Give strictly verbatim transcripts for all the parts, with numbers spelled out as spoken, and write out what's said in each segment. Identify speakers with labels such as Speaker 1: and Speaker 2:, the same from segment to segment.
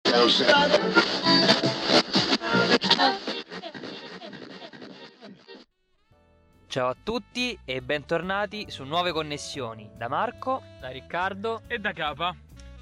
Speaker 1: Ciao a tutti e bentornati su Nuove Connessioni, da Marco,
Speaker 2: da Riccardo
Speaker 3: e da Capa.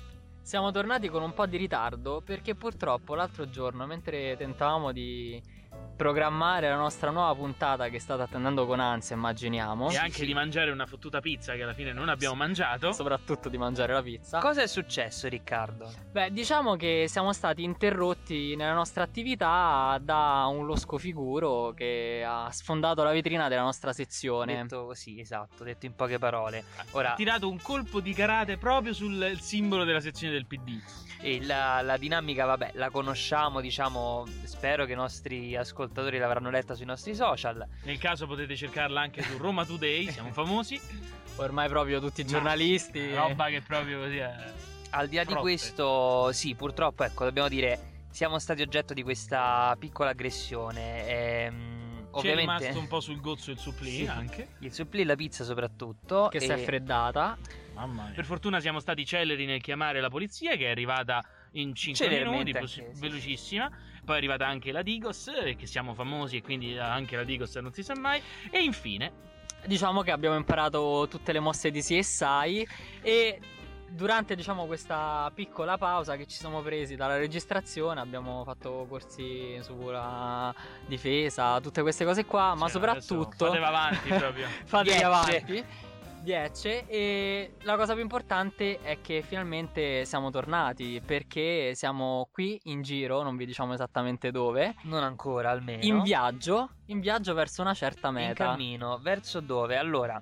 Speaker 2: Siamo tornati con un po' di ritardo perché purtroppo l'altro giorno, mentre tentavamo di programmare la nostra nuova puntata che state attendendo con ansia, immaginiamo,
Speaker 3: e anche di mangiare una fottuta pizza che alla fine non abbiamo mangiato,
Speaker 2: soprattutto di mangiare la pizza.
Speaker 1: Cosa è successo, Riccardo?
Speaker 2: Beh, diciamo che siamo stati interrotti nella nostra attività da un losco figuro che ha sfondato la vetrina della nostra sezione.
Speaker 1: Detto così, esatto, detto in poche parole.
Speaker 3: Ora ha tirato un colpo di karate proprio sul simbolo della sezione del P D.
Speaker 1: E la, la dinamica, vabbè, la conosciamo, diciamo, spero che i nostri ascoltatori l'avranno letta sui nostri social.
Speaker 3: Nel caso potete cercarla anche su Roma Today, siamo famosi.
Speaker 2: Ormai proprio tutti i giornalisti.
Speaker 3: Ma, roba che proprio così è.
Speaker 1: Al di là
Speaker 3: Troppe.
Speaker 1: di questo, sì, purtroppo, ecco, dobbiamo dire, siamo stati oggetto di questa piccola aggressione. Ehm, ovviamente
Speaker 3: C'è rimasto un po' sul gozzo il supplì,
Speaker 1: sì,
Speaker 3: anche.
Speaker 1: Il supplì, la pizza soprattutto.
Speaker 3: Che
Speaker 1: e...
Speaker 3: si è
Speaker 2: freddata.
Speaker 3: Mamma mia. Per fortuna siamo stati celeri nel chiamare la polizia, che è arrivata in cinque minuti,
Speaker 1: anche,
Speaker 3: velocissima. Sì. Poi è arrivata anche la Digos, che siamo famosi e quindi anche la Digos non si sa mai. E infine,
Speaker 2: diciamo che abbiamo imparato tutte le mosse di C S I e durante, diciamo, questa piccola pausa che ci siamo presi dalla registrazione abbiamo fatto corsi sulla difesa, tutte queste cose qua, ma
Speaker 3: cioè,
Speaker 2: soprattutto
Speaker 3: fate avanti proprio.
Speaker 2: Fate avanti. dieci. E la cosa più importante è che finalmente siamo tornati, perché siamo qui in giro, non vi diciamo esattamente dove,
Speaker 1: non ancora almeno,
Speaker 2: in viaggio, in viaggio verso una certa meta.
Speaker 1: In cammino, verso dove? Allora,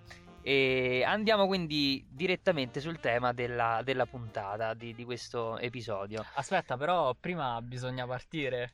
Speaker 1: e andiamo quindi direttamente sul tema della, della puntata di, di questo episodio.
Speaker 2: Aspetta, però prima bisogna partire.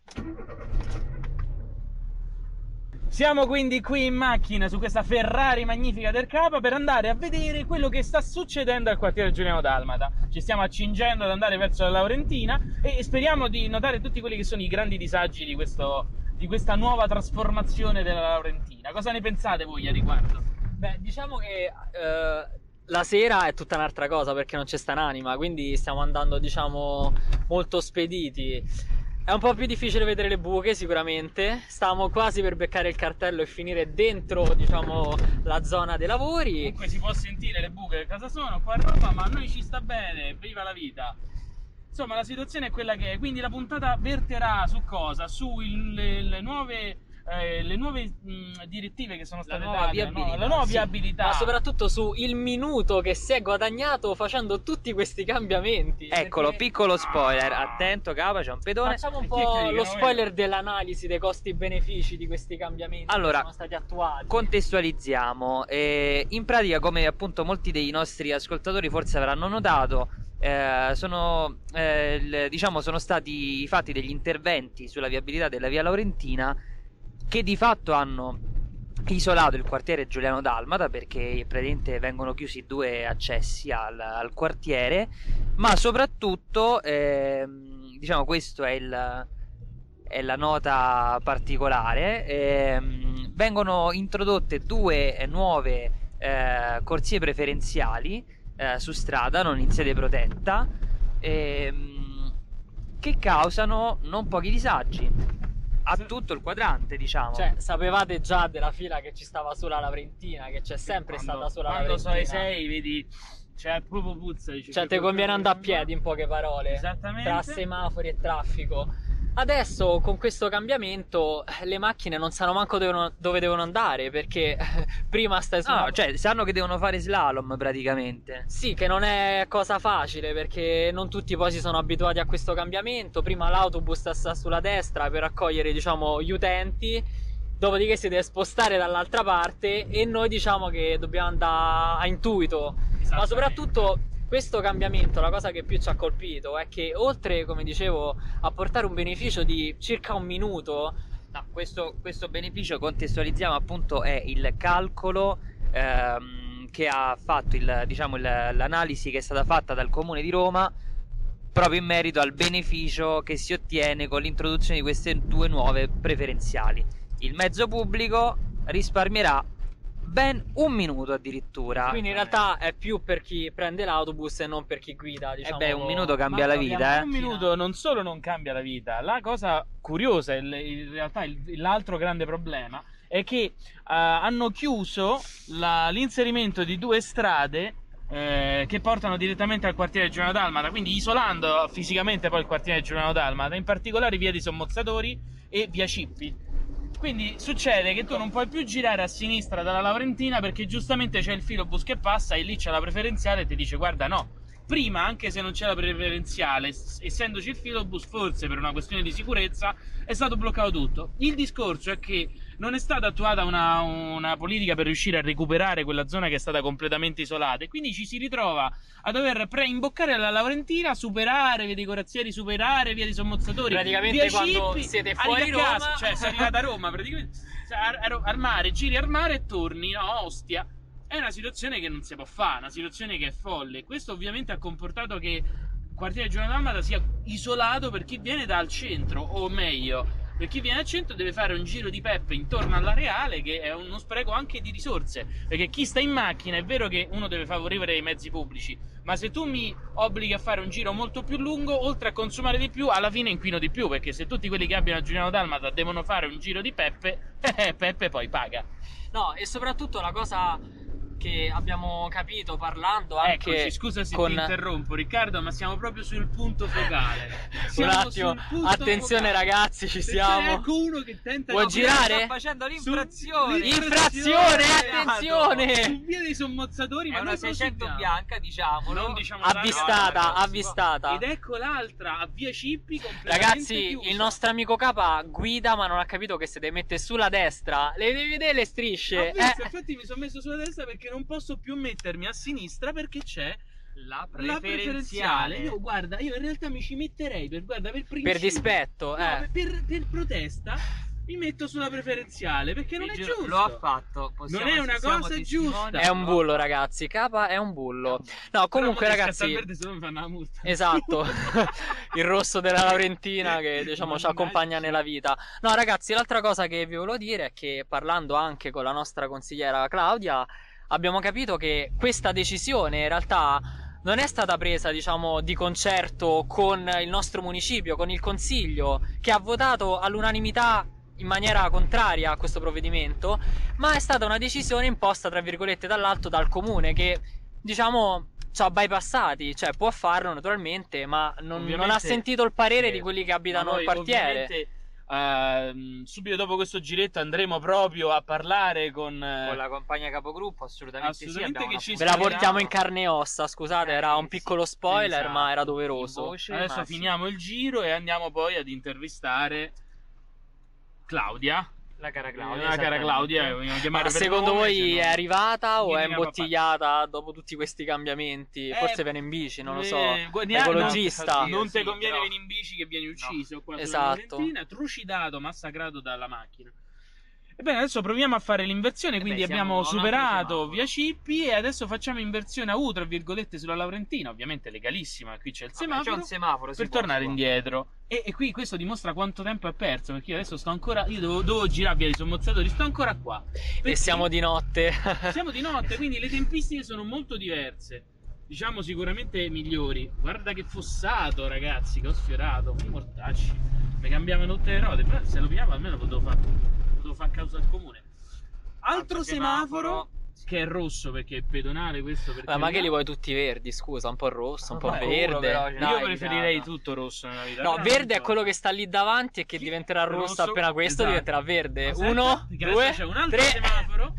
Speaker 3: Siamo quindi qui in macchina su questa Ferrari magnifica del Capa per andare a vedere quello che sta succedendo al quartiere Giuliano Dalmata. Ci stiamo accingendo ad andare verso la Laurentina e speriamo di notare tutti quelli che sono i grandi disagi di, questo, di questa nuova trasformazione della Laurentina. Cosa ne pensate voi a riguardo?
Speaker 2: Beh, diciamo che uh, la sera è tutta un'altra cosa perché non c'è sta un'anima, quindi stiamo andando, diciamo, molto spediti. È un po' più difficile vedere le buche sicuramente, stavamo quasi per beccare il cartello e finire dentro, diciamo, la zona dei lavori.
Speaker 3: Comunque si può sentire le buche, cosa sono qua a Roma, ma a noi ci sta bene, viva la vita. Insomma, la situazione è quella che è, quindi la puntata verterà su cosa? Su il, le, le nuove... Eh, le nuove mh, direttive che sono state
Speaker 1: la nuova
Speaker 3: date,
Speaker 1: viabilità,
Speaker 3: no? La nuova
Speaker 2: sì,
Speaker 3: viabilità,
Speaker 2: ma soprattutto su il minuto che si è guadagnato facendo tutti questi cambiamenti.
Speaker 1: Eccolo,
Speaker 2: perché...
Speaker 1: piccolo spoiler, attento Capa, c'è un pedone.
Speaker 2: Facciamo un po' lo spoiler dell'analisi dei costi-benefici di questi cambiamenti
Speaker 1: allora,
Speaker 2: che sono stati attuati.
Speaker 1: Contestualizziamo, eh, in pratica, come appunto molti dei nostri ascoltatori forse avranno notato, eh, sono, eh, il, diciamo, sono stati fatti degli interventi sulla viabilità della via Laurentina che di fatto hanno isolato il quartiere Giuliano Dalmata, perché praticamente vengono chiusi due accessi al, al quartiere, ma soprattutto eh, diciamo questo è il è la nota particolare, eh, vengono introdotte due nuove eh, corsie preferenziali eh, su strada non in sede protetta, eh, che causano non pochi disagi a tutto il quadrante, diciamo.
Speaker 2: Cioè, sapevate già della fila che ci stava sulla Laurentina, che c'è sempre
Speaker 3: quando,
Speaker 2: stata sulla
Speaker 3: quando
Speaker 2: Laurentina.
Speaker 3: Quando sono le sei, vedi, c'è proprio puzza.
Speaker 2: Cioè, te conviene andare a piedi, in poche parole.
Speaker 3: Esattamente.
Speaker 2: Tra semafori e traffico. Adesso, con questo cambiamento, le macchine non sanno manco dove, dove devono andare, perché prima stai su...
Speaker 1: No,
Speaker 2: una...
Speaker 1: cioè, sanno che devono fare slalom, praticamente.
Speaker 2: Sì, che non è cosa facile, perché non tutti poi si sono abituati a questo cambiamento. Prima l'autobus sta sulla destra per accogliere, diciamo, gli utenti, dopodiché si deve spostare dall'altra parte e noi diciamo che dobbiamo andare a intuito. Ma soprattutto... questo cambiamento, la cosa che più ci ha colpito è che oltre, come dicevo, a portare un beneficio di circa un minuto,
Speaker 1: no, questo, questo beneficio, contestualizziamo, appunto, è il calcolo ehm, che ha fatto il, diciamo, il, l'analisi che è stata fatta dal Comune di Roma proprio in merito al beneficio che si ottiene con l'introduzione di queste due nuove preferenziali. Il mezzo pubblico risparmierà ben un minuto addirittura.
Speaker 2: Quindi in realtà è più per chi prende l'autobus e non per chi guida, diciamo.
Speaker 1: Eh beh, un minuto cambia
Speaker 2: Ma
Speaker 1: la vita, eh.
Speaker 3: Un minuto non solo non cambia la vita, la cosa curiosa, il- in realtà il- l'altro grande problema è che eh, hanno chiuso la- l'inserimento di due strade eh, che portano direttamente al quartiere Giuliano Dalmata, quindi isolando fisicamente poi il quartiere Giuliano Dalmata, in particolare via dei Sommozzatori e via Cippi. Quindi succede che tu non puoi più girare a sinistra dalla Laurentina perché giustamente c'è il filobus che passa e lì c'è la preferenziale e ti dice guarda no. Prima, anche se non c'è la preferenziale, s- essendoci il filobus, forse per una questione di sicurezza, è stato bloccato tutto. Il discorso è che non è stata attuata una, una politica per riuscire a recuperare quella zona che è stata completamente isolata e quindi ci si ritrova a dover pre-imboccare la Laurentina, superare via dei Corazzieri, superare via dei Sommozzatori,
Speaker 2: Praticamente
Speaker 3: via
Speaker 2: quando
Speaker 3: Cippi,
Speaker 2: siete fuori
Speaker 3: arrivi a casa,
Speaker 2: Roma.
Speaker 3: cioè sei arrivata a Roma praticamente a- a- al mare, giri al mare e torni, no, Ostia. È una situazione che non si può fare, una situazione che è folle. Questo ovviamente ha comportato che il quartiere Giuliano Dalmata sia isolato per chi viene dal centro, o meglio, per chi viene al centro deve fare un giro di peppe intorno all'areale, che è uno spreco anche di risorse, perché chi sta in macchina è vero che uno deve favorire i mezzi pubblici, ma se tu mi obblighi a fare un giro molto più lungo, oltre a consumare di più, alla fine inquino di più, perché se tutti quelli che abitano a Giuliano Dalmata devono fare un giro di peppe, eh, Peppe poi paga.
Speaker 2: No, e soprattutto la cosa che abbiamo capito parlando anche
Speaker 3: Eccoci, scusa se
Speaker 2: con...
Speaker 3: ti interrompo Riccardo, ma siamo proprio sul punto focale.
Speaker 2: Un
Speaker 3: Siamo
Speaker 2: attimo,
Speaker 3: sul punto
Speaker 2: attenzione
Speaker 3: focale.
Speaker 2: ragazzi, ci
Speaker 3: Perché
Speaker 2: siamo.
Speaker 3: Ecco uno che tenta
Speaker 2: Vuoi
Speaker 3: di
Speaker 2: girare?
Speaker 1: Sta facendo l'infrazione.
Speaker 3: Su-
Speaker 2: Infrazione,
Speaker 3: Esatto.
Speaker 2: attenzione!
Speaker 3: Su via dei Sommozzatori,
Speaker 1: È
Speaker 3: ma
Speaker 1: una
Speaker 3: noi
Speaker 1: seicento
Speaker 3: proseguiamo.
Speaker 1: bianca, diciamo.
Speaker 3: Non diciamo
Speaker 2: Avvistata,
Speaker 3: no, no, no,
Speaker 2: avvistata.
Speaker 3: Ed ecco l'altra a via Cippi completamente
Speaker 2: Ragazzi,
Speaker 3: chiusa.
Speaker 2: il nostro amico Capa guida ma non ha capito che se deve mettere sulla destra. Le devi vedere le
Speaker 3: Ho
Speaker 2: strisce.
Speaker 3: visto,
Speaker 2: Eh.
Speaker 3: infatti mi sono messo sulla destra perché non posso più mettermi a sinistra perché c'è
Speaker 1: La
Speaker 3: la preferenziale. Io guarda, io in realtà mi ci metterei per, guarda, per principio.
Speaker 2: Per dispetto,
Speaker 3: No,
Speaker 2: eh.
Speaker 3: per, per protesta mi metto sulla preferenziale perché non
Speaker 1: Vi
Speaker 3: è
Speaker 1: giuro,
Speaker 3: giusto.
Speaker 1: Lo ha fatto. Possiamo-
Speaker 3: Non è una
Speaker 1: siamo
Speaker 3: cosa
Speaker 1: testimoni.
Speaker 3: giusta.
Speaker 2: È un bullo, ragazzi. Capa è un bullo. No, comunque,
Speaker 3: Però mo
Speaker 2: ragazzi.
Speaker 3: scatta il verde, se no mi fanno la multa.
Speaker 2: Esatto, il rosso della Laurentina che diciamo ci accompagna nella vita. No ragazzi, l'altra cosa che vi volevo dire è che parlando anche con la nostra consigliera Claudia abbiamo capito che questa decisione in realtà non è stata presa diciamo di concerto con il nostro municipio, con il consiglio che ha votato all'unanimità in maniera contraria a questo provvedimento, ma è stata una decisione imposta tra virgolette dall'alto dal comune che diciamo ci ha bypassati, cioè può farlo naturalmente, ma non, non
Speaker 3: Ovviamente,
Speaker 2: ha sentito il parere
Speaker 3: sì.
Speaker 2: di quelli che abitano
Speaker 3: Ma
Speaker 2: il
Speaker 3: noi,
Speaker 2: quartiere.
Speaker 3: ovviamente, ehm, subito dopo questo giretto andremo proprio a parlare con, eh,
Speaker 1: Con la compagna capogruppo, assolutamente,
Speaker 3: Assolutamente
Speaker 1: sì. abbiamo
Speaker 3: che ci
Speaker 1: una
Speaker 2: Ve la
Speaker 3: spiegherà-
Speaker 2: portiamo in carne e ossa, scusate,
Speaker 1: Eh,
Speaker 2: era
Speaker 1: sì,
Speaker 2: un piccolo spoiler,
Speaker 3: esatto.
Speaker 2: ma era
Speaker 1: in
Speaker 2: doveroso.
Speaker 1: voce,
Speaker 3: Adesso
Speaker 1: ma sì.
Speaker 3: finiamo il giro e andiamo poi ad intervistare Claudia.
Speaker 1: La cara Claudia.
Speaker 3: La cara
Speaker 1: esattamente.
Speaker 3: Claudia, vogliamo chiamare
Speaker 2: Ma
Speaker 3: per
Speaker 2: secondo
Speaker 3: nome,
Speaker 2: voi
Speaker 3: se no-
Speaker 2: è arrivata o è
Speaker 3: Vieni a papà.
Speaker 2: imbottigliata dopo tutti questi cambiamenti?
Speaker 3: Eh,
Speaker 2: Forse viene in bici, non lo so.
Speaker 3: Eh, guarda-
Speaker 2: Ecologista.
Speaker 3: Non, non ti
Speaker 1: Sì,
Speaker 3: conviene
Speaker 1: però-
Speaker 3: venire in bici che vieni ucciso qua sulla
Speaker 2: Esatto.
Speaker 3: Valentina, trucidato, massacrato dalla macchina. Ebbene, adesso proviamo a fare l'inversione,
Speaker 1: Eh beh,
Speaker 3: quindi
Speaker 1: siamo
Speaker 3: abbiamo
Speaker 1: a un altro
Speaker 3: superato
Speaker 1: semaforo.
Speaker 3: via Cippi e adesso facciamo inversione a U, tra virgolette, sulla Laurentina, ovviamente legalissima, qui c'è il
Speaker 1: Vabbè,
Speaker 3: semaforo,
Speaker 1: c'è un semaforo, si
Speaker 3: per
Speaker 1: può,
Speaker 3: tornare
Speaker 1: si può.
Speaker 3: indietro. E, e qui questo dimostra quanto tempo è perso, perché io adesso sto ancora, io devo, devo girare via dei Sommozzatori, sto ancora qua.
Speaker 2: E
Speaker 3: Perché
Speaker 2: siamo di notte.
Speaker 3: siamo di notte, quindi le tempistiche sono molto diverse. Diciamo sicuramente migliori. Guarda che fossato, ragazzi, che ho sfiorato. I mortacci. Mi cambiavano tutte le rote. Però se lo pigliavo almeno potevo fare potevo fare causa al comune. Altro,
Speaker 1: Altro
Speaker 3: semaforo,
Speaker 1: semaforo,
Speaker 3: che è rosso perché è pedonale questo. Perché
Speaker 2: Eh, ma che li
Speaker 3: là-
Speaker 2: vuoi tutti verdi, scusa, un po' rosso, un po'
Speaker 1: Vabbè,
Speaker 2: verde.
Speaker 1: uno però,
Speaker 3: Io
Speaker 1: dai,
Speaker 3: preferirei
Speaker 1: dai.
Speaker 3: tutto rosso nella vita.
Speaker 2: No,
Speaker 3: però
Speaker 2: verde
Speaker 3: non
Speaker 2: è
Speaker 3: so.
Speaker 2: quello che sta lì davanti e che
Speaker 3: Sì,
Speaker 2: diventerà rosso,
Speaker 3: rosso,
Speaker 2: appena questo
Speaker 3: esatto.
Speaker 2: diventerà verde.
Speaker 3: Aspetta,
Speaker 2: Uno,
Speaker 3: perché adesso
Speaker 2: due,
Speaker 3: c'è un altro
Speaker 2: tre.
Speaker 3: semaforo.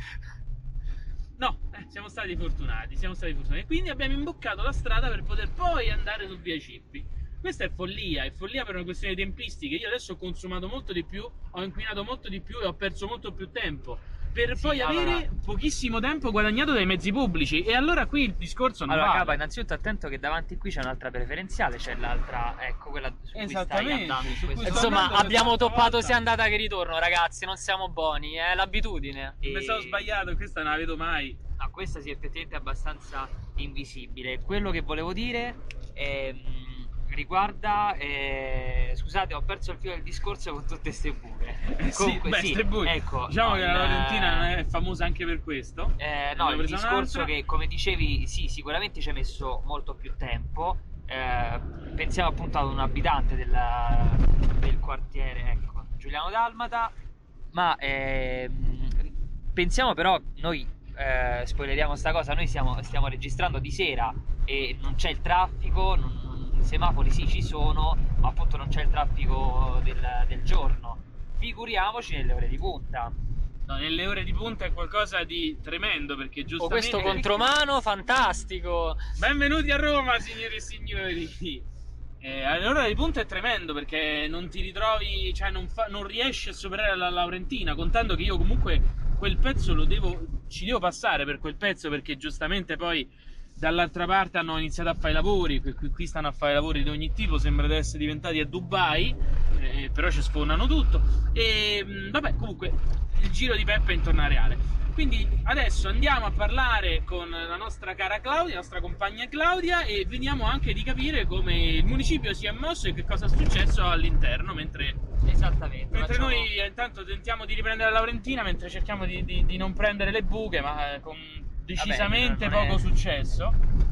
Speaker 3: No, eh, siamo stati fortunati, siamo stati fortunati. E quindi abbiamo imboccato la strada per poter poi andare su via Cippi. Questa è follia, è follia per una questione di tempistiche. Io adesso ho consumato molto di più, ho inquinato molto di più e ho perso molto più tempo. Per
Speaker 1: Sì,
Speaker 3: poi
Speaker 1: allora-
Speaker 3: avere pochissimo tempo guadagnato dai mezzi pubblici. E allora qui il discorso non
Speaker 1: Allora,
Speaker 3: vale.
Speaker 1: Capa, innanzitutto attento che davanti qui c'è un'altra preferenziale, c'è l'altra, ecco quella su cui stai
Speaker 3: Esattamente,
Speaker 1: andando in
Speaker 3: su cui
Speaker 1: questo
Speaker 3: sto
Speaker 2: Insomma,
Speaker 3: andando
Speaker 2: abbiamo
Speaker 3: questa
Speaker 2: toppato
Speaker 3: volta.
Speaker 2: sia andata che ritorno, ragazzi. Non siamo buoni, è l'abitudine.
Speaker 3: Mi sono sbagliato, questa non la vedo mai.
Speaker 1: No, questa sì, effettivamente è abbastanza invisibile. Quello che volevo dire è, mh, riguarda... eh, scusate scusate, ho perso il filo del discorso con tutte ste buche.
Speaker 3: Eh sì,
Speaker 1: Comunque,
Speaker 3: beh,
Speaker 1: sì,
Speaker 3: ste buche.
Speaker 1: ecco,
Speaker 3: Diciamo
Speaker 1: no,
Speaker 3: che
Speaker 1: il-
Speaker 3: la Laurentina è famosa anche per questo.
Speaker 1: Eh,
Speaker 3: Ne
Speaker 1: no,
Speaker 3: ho
Speaker 1: il
Speaker 3: presa
Speaker 1: discorso
Speaker 3: un'altra.
Speaker 1: che, come dicevi, sì, sicuramente ci hai messo molto più tempo. Eh, pensiamo appunto ad un abitante della- del quartiere, ecco, Giuliano Dalmata, ma ehm, pensiamo però, noi eh, spoileriamo sta cosa, noi siamo- stiamo registrando di sera e non c'è il traffico, non- non- i semafori sì ci sono, ma appunto non c'è il traffico del, del giorno. Figuriamoci nelle ore di punta.
Speaker 3: No, nelle ore di punta è qualcosa di tremendo perché
Speaker 2: Oh,
Speaker 3: giustamente...
Speaker 2: questo contromano fantastico.
Speaker 3: Benvenuti a Roma, signori e signori. Eh, all'ora di punta è tremendo perché non ti ritrovi, cioè non, fa, non riesci a superare la Laurentina, contando che io comunque quel pezzo lo devo, ci devo passare per quel pezzo perché giustamente poi dall'altra parte hanno iniziato a fare i lavori, qui, qui stanno a fare lavori di ogni tipo, sembra di essere diventati a Dubai, eh, però ci sfonano tutto e mh, vabbè, comunque il giro di Peppe è intorno a Reale. Quindi adesso andiamo a parlare con la nostra cara Claudia, la nostra compagna Claudia, e vediamo anche di capire come il municipio si è mosso e che cosa è successo all'interno, mentre,
Speaker 1: Esattamente.
Speaker 3: mentre
Speaker 1: facciamo-
Speaker 3: noi eh, intanto tentiamo di riprendere la Laurentina, mentre cerchiamo di, di- di non prendere le buche, ma eh, con decisamente
Speaker 1: non è-
Speaker 3: poco successo.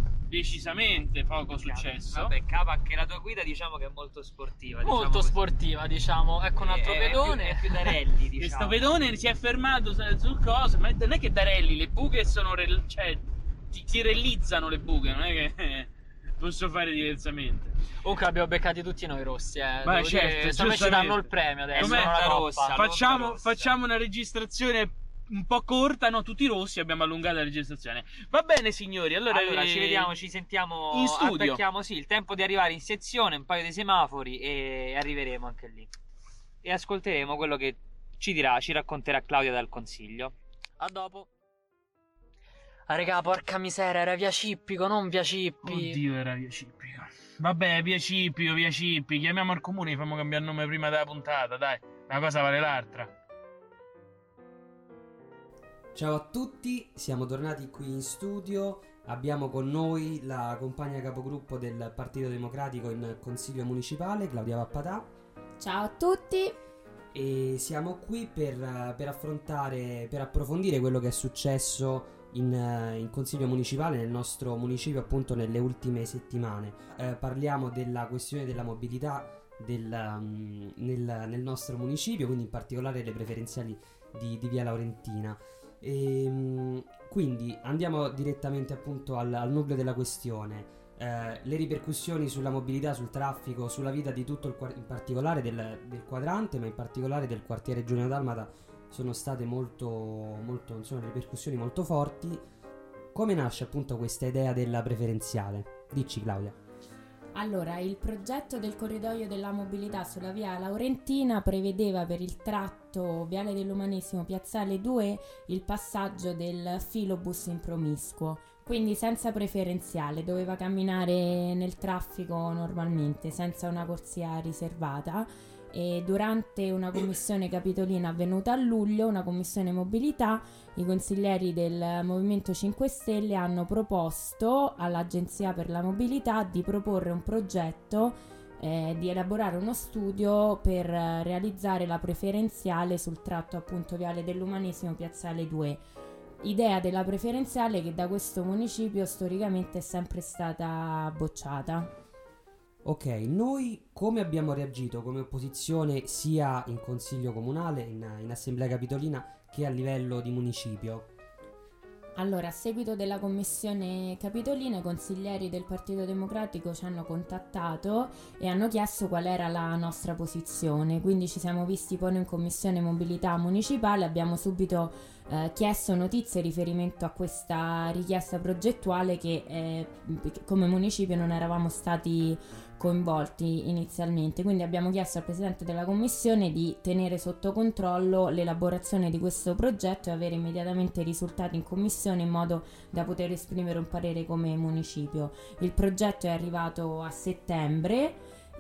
Speaker 3: Decisamente poco successo.
Speaker 1: Vabbè, Capa, anche la tua guida diciamo che è molto sportiva. diciamo
Speaker 2: Molto
Speaker 1: così.
Speaker 2: sportiva, diciamo. Ecco un altro
Speaker 1: È-
Speaker 2: pedone.
Speaker 1: È più, è più da rally, diciamo.
Speaker 3: Questo pedone si è fermato su- sul coso, ma non è che da rally, le buche sono, rel- cioè, ti, ti realizzano le buche, non è che eh, posso fare diversamente.
Speaker 2: Comunque abbiamo beccati tutti noi rossi, eh.
Speaker 3: Ma
Speaker 2: Devo
Speaker 3: certo,
Speaker 2: dire, secondo me ci danno il premio adesso.
Speaker 3: Com'è?
Speaker 2: non la coppa.
Speaker 1: Rossa.
Speaker 3: Facciamo,
Speaker 1: rossa.
Speaker 3: facciamo una registrazione un po' corta, no? Tutti rossi, abbiamo allungato la registrazione. Va bene, signori, allora,
Speaker 1: Allora,
Speaker 3: eh,
Speaker 1: ci vediamo, ci sentiamo
Speaker 3: in studio.
Speaker 1: attacchiamo, sì, il tempo di arrivare in sezione, un paio di semafori e arriveremo anche lì. E ascolteremo quello che ci dirà, ci racconterà Claudia dal consiglio.
Speaker 2: A dopo. Ah, raga, porca miseria, era via Cippico, non via Cippi.
Speaker 3: Oddio, era via Cippico. Vabbè, via Cippico, via Cippi. Chiamiamo il comune, facciamo cambiare nome prima della puntata, dai. Una cosa vale l'altra.
Speaker 4: Ciao a tutti, siamo tornati qui in studio, abbiamo con noi la compagna capogruppo del Partito Democratico in Consiglio Municipale, Claudia Vappatà,
Speaker 5: Ciao a tutti.
Speaker 4: e siamo qui per, per affrontare, per approfondire quello che è successo in, eh, in Consiglio Municipale nel nostro municipio appunto nelle ultime settimane. Eh, parliamo della questione della mobilità del, um, nel, nel nostro municipio, quindi in particolare le preferenziali di, di Via Laurentina. E, quindi andiamo direttamente appunto al, al nucleo della questione. Eh, le ripercussioni sulla mobilità, sul traffico, sulla vita di tutto il quar- in particolare del, del quadrante, ma in particolare del quartiere Giuliano Dalmata, sono state molto, molto, sono ripercussioni molto forti. Come nasce appunto questa idea della preferenziale? Dici, Claudia.
Speaker 5: Allora, il progetto del corridoio della mobilità sulla via Laurentina prevedeva per il tratto Viale dell'Umanesimo Piazzale due il passaggio del filobus in promiscuo, quindi senza preferenziale, doveva camminare nel traffico normalmente, senza una corsia riservata. E durante una commissione capitolina avvenuta a luglio, una commissione mobilità, i consiglieri del Movimento cinque Stelle hanno proposto all'Agenzia per la Mobilità di proporre un progetto, eh, di elaborare uno studio per eh, realizzare la preferenziale sul tratto appunto Viale dell'Umanesimo Piazzale due. Idea della preferenziale che da questo municipio storicamente è sempre stata bocciata.
Speaker 4: Ok, noi come abbiamo reagito come opposizione sia in consiglio comunale, in, in assemblea capitolina, che a livello di municipio?
Speaker 5: Allora, a seguito della commissione capitolina, i consiglieri del Partito Democratico ci hanno contattato e hanno chiesto qual era la nostra posizione. Quindi ci siamo visti poi in commissione mobilità municipale, abbiamo subito eh, chiesto notizie in riferimento a questa richiesta progettuale che eh, come municipio non eravamo stati coinvolti inizialmente, quindi abbiamo chiesto al presidente della commissione di tenere sotto controllo l'elaborazione di questo progetto e avere immediatamente i risultati in commissione in modo da poter esprimere un parere come municipio. Il progetto è arrivato a settembre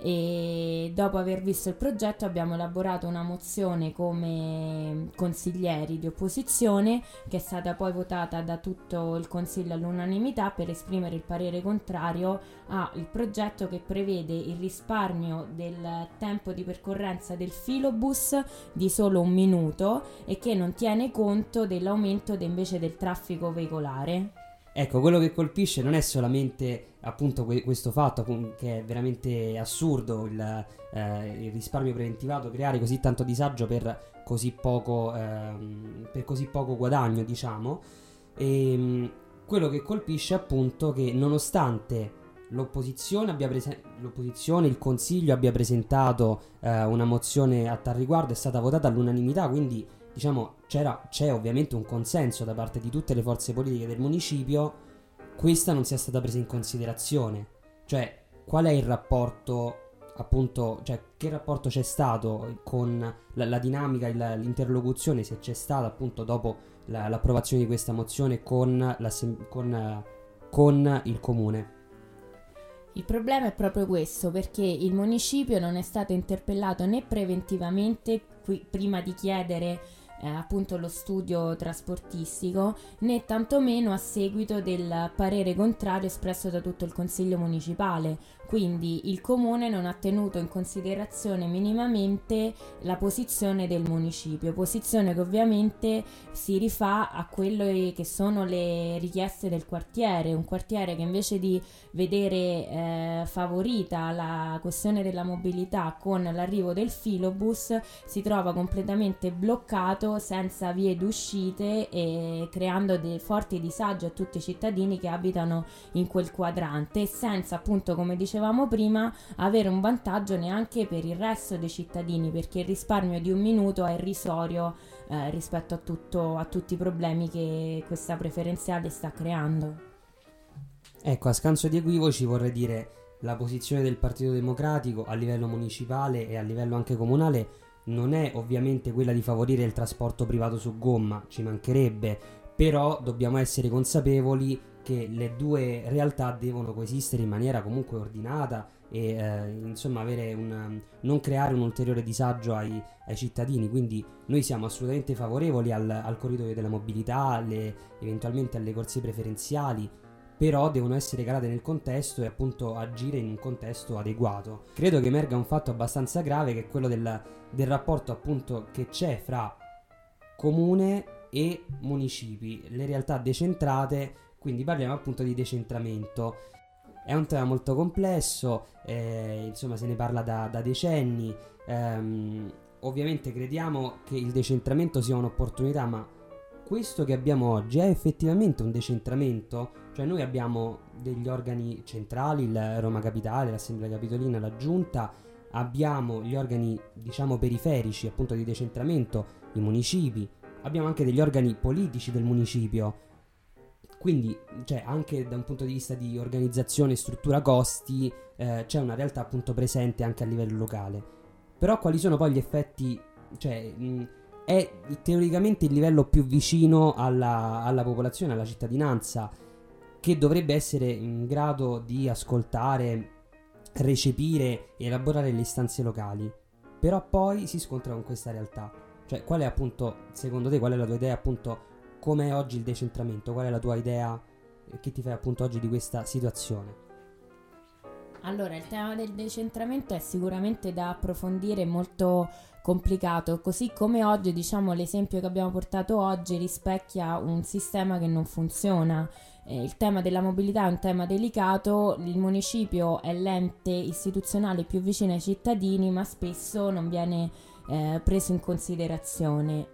Speaker 5: e dopo aver visto il progetto abbiamo elaborato una mozione come consiglieri di opposizione, che è stata poi votata da tutto il consiglio all'unanimità per esprimere il parere contrario al progetto, che prevede il risparmio del tempo di percorrenza del filobus di solo un minuto e che non tiene conto dell'aumento de invece del traffico veicolare.
Speaker 4: Ecco, quello che colpisce non è solamente appunto que- questo fatto appunto, che è veramente assurdo, il, eh, il risparmio preventivato, creare così tanto disagio per così poco, ehm, per così poco guadagno, diciamo. E mh, quello che colpisce appunto che nonostante l'opposizione abbia prese- l'opposizione, il consiglio abbia presentato eh, una mozione a tal riguardo, è stata votata all'unanimità, quindi diciamo c'era, c'è ovviamente un consenso da parte di tutte le forze politiche del municipio, questa non sia stata presa in considerazione. Cioè, qual è il rapporto appunto, cioè che rapporto c'è stato con la, la dinamica, il, l'interlocuzione, se c'è stata appunto dopo la, l'approvazione di questa mozione con, la, con, con il comune?
Speaker 5: Il problema è proprio questo, perché il municipio non è stato interpellato né preventivamente qui, prima di chiedere eh, appunto lo studio trasportistico, né tantomeno a seguito del parere contrario espresso da tutto il consiglio municipale. Quindi il comune non ha tenuto in considerazione minimamente la posizione del municipio, posizione che ovviamente si rifà a quelle che sono le richieste del quartiere, un quartiere che invece di vedere eh, favorita la questione della mobilità con l'arrivo del filobus si trova completamente bloccato, senza vie d'uscite e creando dei forti disagi a tutti i cittadini che abitano in quel quadrante, senza appunto, come dicevamo prima, avere un vantaggio neanche per il resto dei cittadini, perché il risparmio di un minuto è irrisorio eh, rispetto a, tutto, a tutti i problemi che questa preferenziale sta creando.
Speaker 4: Ecco, a scanso di equivoci vorrei dire la posizione del Partito Democratico a livello municipale e a livello anche comunale non è ovviamente quella di favorire il trasporto privato su gomma, ci mancherebbe, però dobbiamo essere consapevoli che le due realtà devono coesistere in maniera comunque ordinata e eh, insomma avere un, non creare un ulteriore disagio ai, ai cittadini. Quindi noi siamo assolutamente favorevoli al, al corridoio della mobilità, alle, eventualmente alle corsie preferenziali, però devono essere calate nel contesto e appunto agire in un contesto adeguato. Credo che emerga un fatto abbastanza grave, che è quello del, del rapporto appunto che c'è fra comune e municipi, le realtà decentrate. Quindi parliamo appunto di decentramento. È un tema molto complesso, eh, insomma se ne parla da, da decenni. Ehm, ovviamente crediamo che il decentramento sia un'opportunità, ma questo che abbiamo oggi è effettivamente un decentramento? Cioè noi abbiamo degli organi centrali, il Roma Capitale, l'Assemblea Capitolina, la Giunta, abbiamo gli organi diciamo periferici appunto di decentramento, i municipi, abbiamo anche degli organi politici del municipio. Quindi, cioè, anche da un punto di vista di organizzazione e struttura costi, eh, c'è una realtà appunto presente anche a livello locale. Però quali sono poi gli effetti, cioè, mh, è teoricamente il livello più vicino alla, alla popolazione, alla cittadinanza, che dovrebbe essere in grado di ascoltare, recepire e elaborare le istanze locali. Però poi si scontra con questa realtà. Cioè, qual è appunto, secondo te, qual è la tua idea appunto, com'è oggi il decentramento? Qual è la tua idea che ti fai appunto oggi di questa situazione?
Speaker 5: Allora, il tema del decentramento è sicuramente da approfondire, molto complicato, così come oggi, diciamo, l'esempio che abbiamo portato oggi rispecchia un sistema che non funziona. Eh, il tema della mobilità è un tema delicato, il municipio è l'ente istituzionale più vicino ai cittadini, ma spesso non viene eh, preso in considerazione.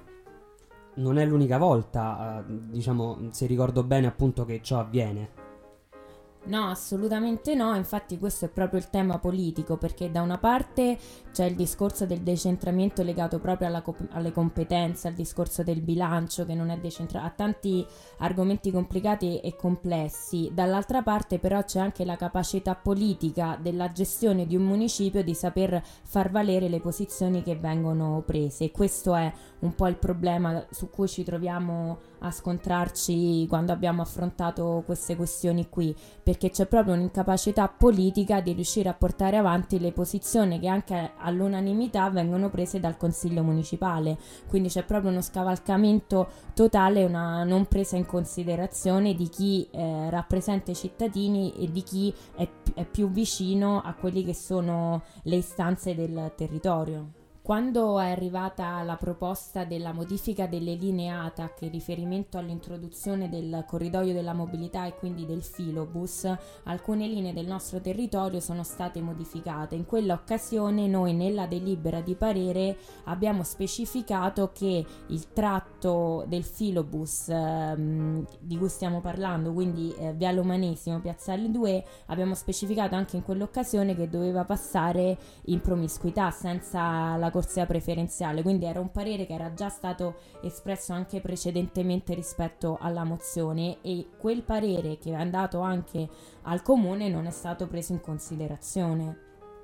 Speaker 4: Non è l'unica volta, eh, diciamo, se ricordo bene appunto che ciò avviene.
Speaker 5: No, assolutamente no, infatti questo è proprio il tema politico, perché da una parte c'è il discorso del decentramento legato proprio alla co- alle competenze, al discorso del bilancio che non è decentrato, a tanti argomenti complicati e complessi, dall'altra parte però c'è anche la capacità politica della gestione di un municipio di saper far valere le posizioni che vengono prese, e questo è un po' il problema su cui ci troviamo a scontrarci quando abbiamo affrontato queste questioni qui, perché perché c'è proprio un'incapacità politica di riuscire a portare avanti le posizioni che anche all'unanimità vengono prese dal Consiglio municipale, quindi c'è proprio uno scavalcamento totale, una non presa in considerazione di chi eh, rappresenta i cittadini e di chi è, è più vicino a quelli che sono le istanze del territorio. Quando è arrivata la proposta della modifica delle linee A T A C in riferimento all'introduzione del corridoio della mobilità e quindi del filobus, alcune linee del nostro territorio sono state modificate. In quella occasione noi nella delibera di parere abbiamo specificato che il tratto del filobus ehm, di cui stiamo parlando, quindi eh, Viale Umanesimo, Piazzale due, abbiamo specificato anche in quell'occasione che doveva passare in promiscuità senza la corsia preferenziale, quindi era un parere che era già stato espresso anche precedentemente rispetto alla mozione, e quel parere che è andato anche al comune non è stato preso in considerazione.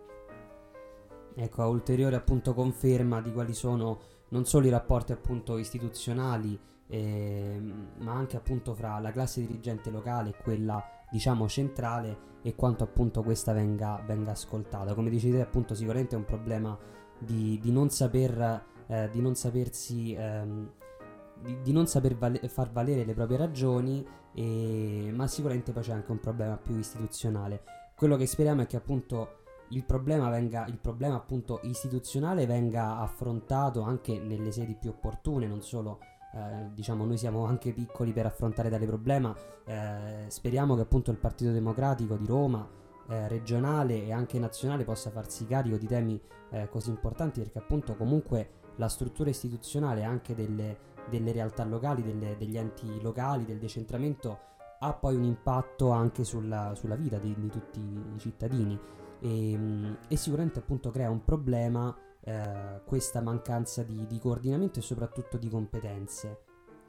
Speaker 4: Ecco, a ulteriore appunto conferma di quali sono non solo i rapporti appunto istituzionali eh, ma anche appunto fra la classe dirigente locale e quella diciamo centrale, e quanto appunto questa venga, venga ascoltata. Come dicete appunto, sicuramente è un problema Di, di non saper eh, di non sapersi ehm, di, di non saper vale- far valere le proprie ragioni, e, ma sicuramente poi c'è anche un problema più istituzionale. Quello che speriamo è che appunto il problema venga il problema appunto istituzionale venga affrontato anche nelle sedi più opportune, non solo eh, diciamo noi siamo anche piccoli per affrontare tale problema. Eh, speriamo che appunto il Partito Democratico di Roma Eh, regionale e anche nazionale possa farsi carico di temi eh, così importanti, perché appunto comunque la struttura istituzionale anche delle, delle realtà locali, delle, degli enti locali, del decentramento ha poi un impatto anche sulla, sulla vita di, di tutti i cittadini, e, e sicuramente appunto crea un problema eh, questa mancanza di, di coordinamento e soprattutto di competenze.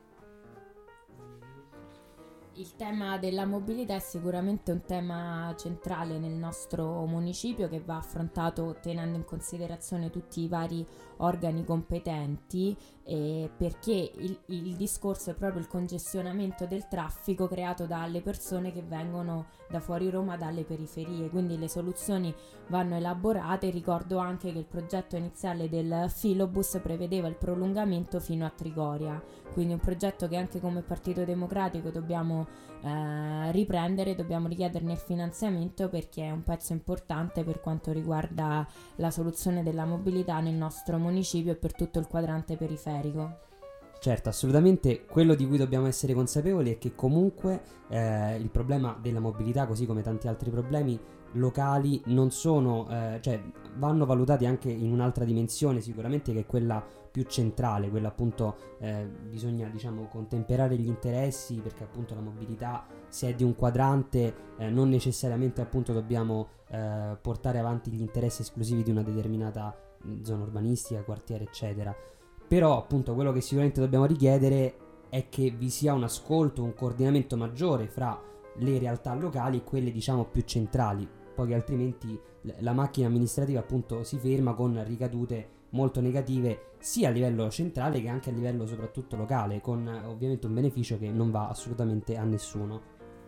Speaker 5: Il tema della mobilità è sicuramente un tema centrale nel nostro municipio, che va affrontato tenendo in considerazione tutti i vari organi competenti, eh, perché il, il discorso è proprio il congestionamento del traffico creato dalle persone che vengono da fuori Roma, dalle periferie, quindi le soluzioni vanno elaborate. Ricordo anche che il progetto iniziale del filobus prevedeva il prolungamento fino a Trigoria, quindi un progetto che anche come Partito Democratico dobbiamo eh, riprendere, dobbiamo richiederne il finanziamento, perché è un pezzo importante per quanto riguarda la soluzione della mobilità nel nostro municipio e per tutto il quadrante periferico.
Speaker 4: Certo, assolutamente. Quello di cui dobbiamo essere consapevoli è che comunque eh, il problema della mobilità, così come tanti altri problemi locali, non sono, eh, cioè vanno valutati anche in un'altra dimensione, sicuramente, che è quella più centrale, quella appunto eh, bisogna diciamo contemperare gli interessi, perché appunto la mobilità, se è di un quadrante, eh, non necessariamente appunto dobbiamo eh, portare avanti gli interessi esclusivi di una determinata zona urbanistica, quartiere eccetera. Però appunto quello che sicuramente dobbiamo richiedere è che vi sia un ascolto, un coordinamento maggiore fra le realtà locali e quelle diciamo più centrali, poiché altrimenti la macchina amministrativa appunto si ferma, con ricadute molto negative sia a livello centrale che anche a livello soprattutto locale, con ovviamente un beneficio che non va assolutamente a nessuno.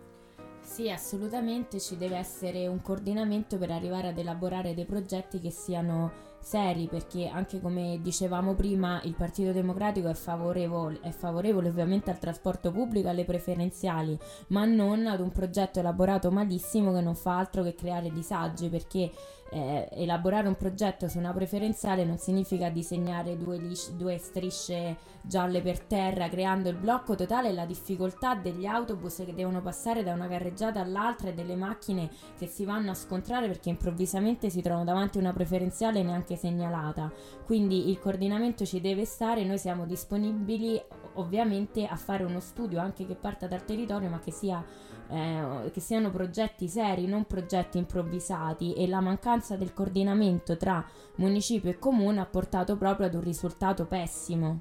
Speaker 5: Sì, assolutamente ci deve essere un coordinamento per arrivare ad elaborare dei progetti che siano seri, perché anche come dicevamo prima il Partito Democratico è favorevole, è favorevole ovviamente al trasporto pubblico, alle preferenziali, ma non ad un progetto elaborato malissimo che non fa altro che creare disagi, perché eh, elaborare un progetto su una preferenziale non significa disegnare due, lis- due strisce gialle per terra, creando il blocco totale e la difficoltà degli autobus che devono passare da una carreggiata all'altra e delle macchine che si vanno a scontrare perché improvvisamente si trovano davanti a una preferenziale neanche segnalata. Quindi il coordinamento ci deve stare, noi siamo disponibili ovviamente a fare uno studio anche che parta dal territorio, ma che sia eh, che siano progetti seri, non progetti improvvisati, e la mancanza del coordinamento tra municipio e comune ha portato proprio ad un risultato pessimo.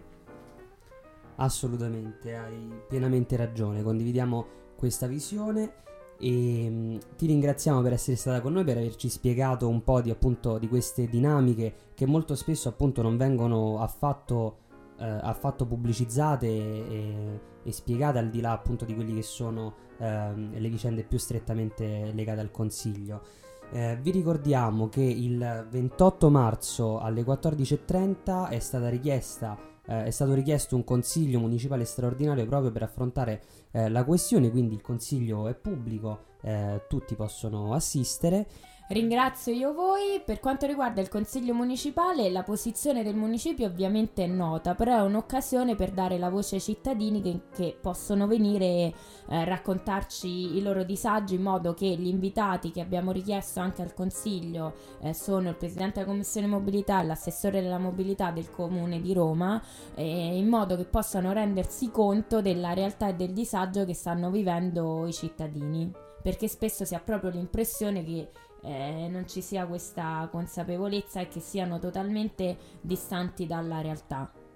Speaker 4: Assolutamente, hai pienamente ragione, condividiamo questa visione e mh, ti ringraziamo per essere stata con noi, per averci spiegato un po' di appunto di queste dinamiche che molto spesso appunto non vengono affatto eh, affatto pubblicizzate e, e spiegate, al di là appunto di quelli che sono ehm, le vicende più strettamente legate al Consiglio. Eh, vi ricordiamo che il ventotto marzo alle quattordici e trenta è stata richiesta eh, è stato richiesto un consiglio municipale straordinario proprio per affrontare eh, la questione, quindi il consiglio è pubblico, eh, tutti possono assistere.
Speaker 5: Ringrazio io voi. Per quanto riguarda il consiglio municipale, la posizione del municipio ovviamente è nota, però è un'occasione per dare la voce ai cittadini che, che possono venire e eh, raccontarci i loro disagi, in modo che gli invitati che abbiamo richiesto anche al consiglio eh, sono il presidente della commissione mobilità e l'assessore della mobilità del comune di Roma, eh, in modo che possano rendersi conto della realtà e del disagio che stanno vivendo i cittadini, perché spesso si ha proprio l'impressione che Eh, non ci sia questa consapevolezza e che siano totalmente distanti dalla realtà.